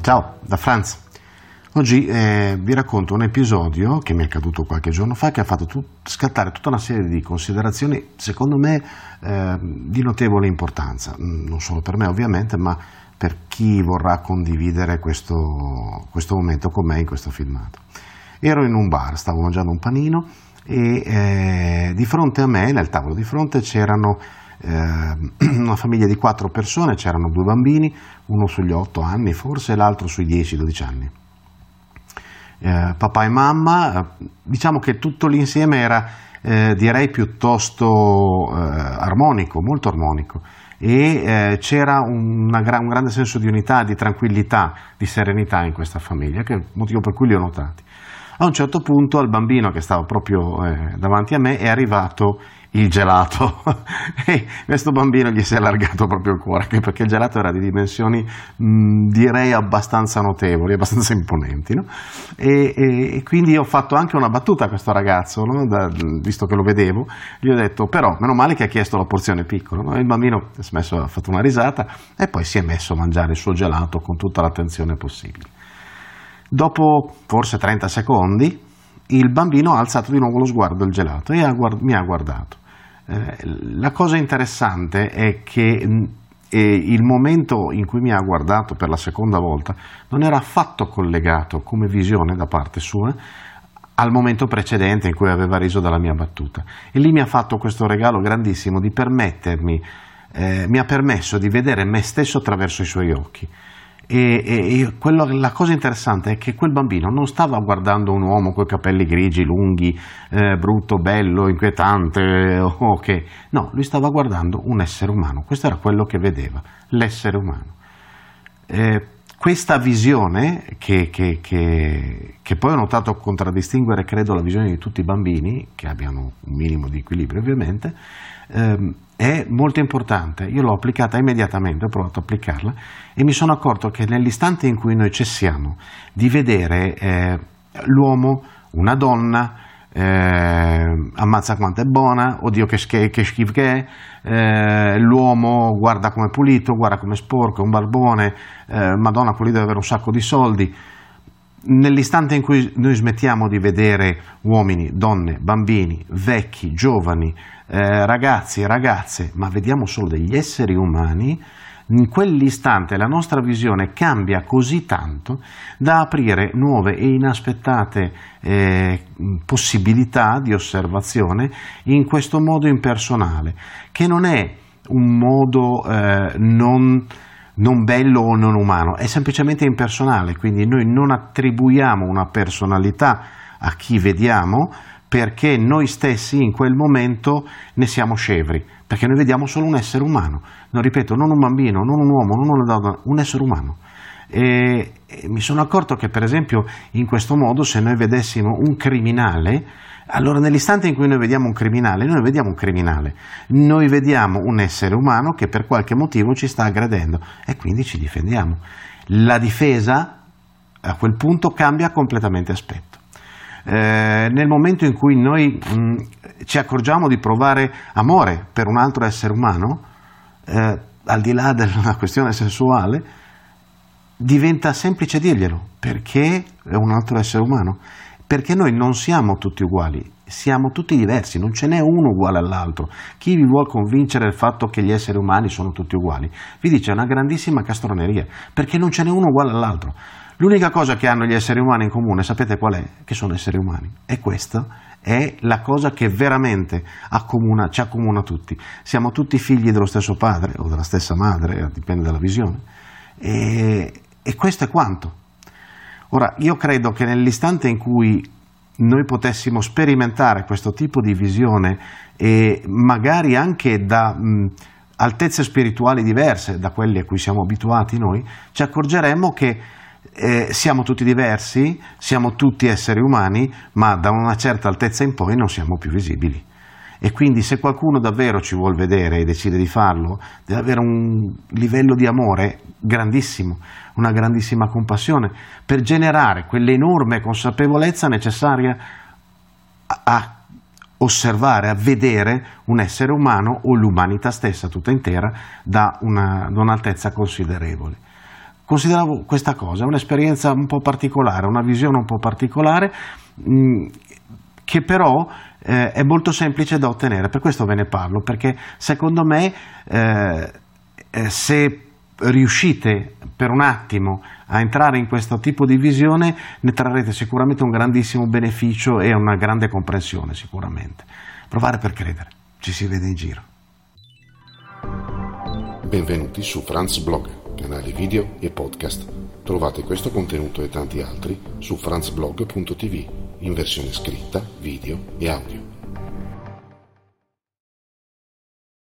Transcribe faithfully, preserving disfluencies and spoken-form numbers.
Ciao, da Franz. Oggi eh, vi racconto un episodio che mi è accaduto qualche giorno fa, che ha fatto tut- scattare tutta una serie di considerazioni, secondo me, eh, di notevole importanza, non solo per me ovviamente, ma per chi vorrà condividere questo, questo momento con me in questo filmato. Ero in un bar, stavo mangiando un panino e eh, di fronte a me, nel tavolo di fronte, c'erano eh, una famiglia di quattro persone, c'erano due bambini, uno sugli otto anni forse e l'altro sui dieci dodici anni. Eh, papà e mamma, diciamo che tutto l'insieme era eh, direi piuttosto eh, armonico, molto armonico, e eh, c'era una gra- un grande senso di unità, di tranquillità, di serenità in questa famiglia, che è il motivo per cui li ho notati. A un certo punto al bambino che stava proprio eh, davanti a me è arrivato il gelato e questo bambino gli si è allargato proprio il cuore, anche perché il gelato era di dimensioni mh, direi abbastanza notevoli, abbastanza imponenti, no? e, e, e quindi ho fatto anche una battuta a questo ragazzo, no? da, visto che lo vedevo, gli ho detto però meno male che ha chiesto la porzione piccola, no? Il bambino si è messo, ha fatto una risata e poi si è messo a mangiare il suo gelato con tutta l'attenzione possibile. Dopo forse trenta secondi il bambino ha alzato di nuovo lo sguardo al gelato e ha guard- mi ha guardato. Eh, la cosa interessante è che mh, eh, il momento in cui mi ha guardato per la seconda volta non era affatto collegato come visione da parte sua al momento precedente in cui aveva riso dalla mia battuta, e lì mi ha fatto questo regalo grandissimo di permettermi, eh, mi ha permesso di vedere me stesso attraverso i suoi occhi. E, e, e quello, la cosa interessante è che quel bambino non stava guardando un uomo con i capelli grigi, lunghi, eh, brutto, bello, inquietante, o oh, che no, lui stava guardando un essere umano. Questo era quello che vedeva, l'essere umano. Eh, questa visione, che, che, che, che poi ho notato contraddistinguere, credo, la visione di tutti i bambini, che abbiano un minimo di equilibrio ovviamente, ehm, è molto importante. Io l'ho applicata immediatamente, ho provato a applicarla e mi sono accorto che nell'istante in cui noi cessiamo di vedere eh, l'uomo, una donna, eh, ammazza quanto è buona, oddio che, sch- che schifo che è, eh, l'uomo guarda come è pulito, guarda come è sporco, è un barbone, eh, madonna quello lì deve avere un sacco di soldi. Nell'istante in cui noi smettiamo di vedere uomini, donne, bambini, vecchi, giovani, eh, ragazzi, ragazze, ma vediamo solo degli esseri umani, in quell'istante la nostra visione cambia così tanto da aprire nuove e inaspettate eh, possibilità di osservazione in questo modo impersonale, che non è un modo eh, non non bello o non umano, è semplicemente impersonale, quindi noi non attribuiamo una personalità a chi vediamo perché noi stessi in quel momento ne siamo scevri, perché noi vediamo solo un essere umano, non ripeto, non un bambino, non un uomo, non una donna, un essere umano. E, e mi sono accorto che per esempio in questo modo se noi vedessimo un criminale, allora nell'istante in cui noi vediamo un criminale, noi vediamo un criminale, noi vediamo un essere umano che per qualche motivo ci sta aggredendo e quindi ci difendiamo. La difesa a quel punto cambia completamente aspetto. Eh, nel momento in cui noi mh, ci accorgiamo di provare amore per un altro essere umano, eh, al di là della questione sessuale, diventa semplice dirglielo, perché è un altro essere umano. Perché noi non siamo tutti uguali, siamo tutti diversi, non ce n'è uno uguale all'altro. Chi vi vuol convincere del fatto che gli esseri umani sono tutti uguali vi dice una grandissima castroneria, perché non ce n'è uno uguale all'altro. L'unica cosa che hanno gli esseri umani in comune, sapete qual è? Che sono esseri umani. E questa è la cosa che veramente accomuna, ci accomuna tutti. Siamo tutti figli dello stesso padre o della stessa madre, dipende dalla visione. E, e questo è quanto. Ora, io credo che nell'istante in cui noi potessimo sperimentare questo tipo di visione e magari anche da mh, altezze spirituali diverse da quelle a cui siamo abituati noi, ci accorgeremmo che eh, siamo tutti diversi, siamo tutti esseri umani, ma da una certa altezza in poi non siamo più visibili. E quindi se qualcuno davvero ci vuol vedere e decide di farlo, deve avere un livello di amore grandissimo, una grandissima compassione, per generare quell'enorme consapevolezza necessaria a, a osservare, a vedere un essere umano o l'umanità stessa tutta intera da, una, da un'altezza considerevole. consideravo questa cosa, un'esperienza un po' particolare, una visione un po' particolare, mh, che però eh, è molto semplice da ottenere. Per questo ve ne parlo, perché secondo me eh, eh, se riuscite per un attimo a entrare in questo tipo di visione, ne trarrete sicuramente un grandissimo beneficio e una grande comprensione sicuramente. Provare per credere, ci si vede in giro. Benvenuti su Franz Blog, canale video e podcast. Trovate questo contenuto e tanti altri su franzblog punto tv in versione scritta, video e audio.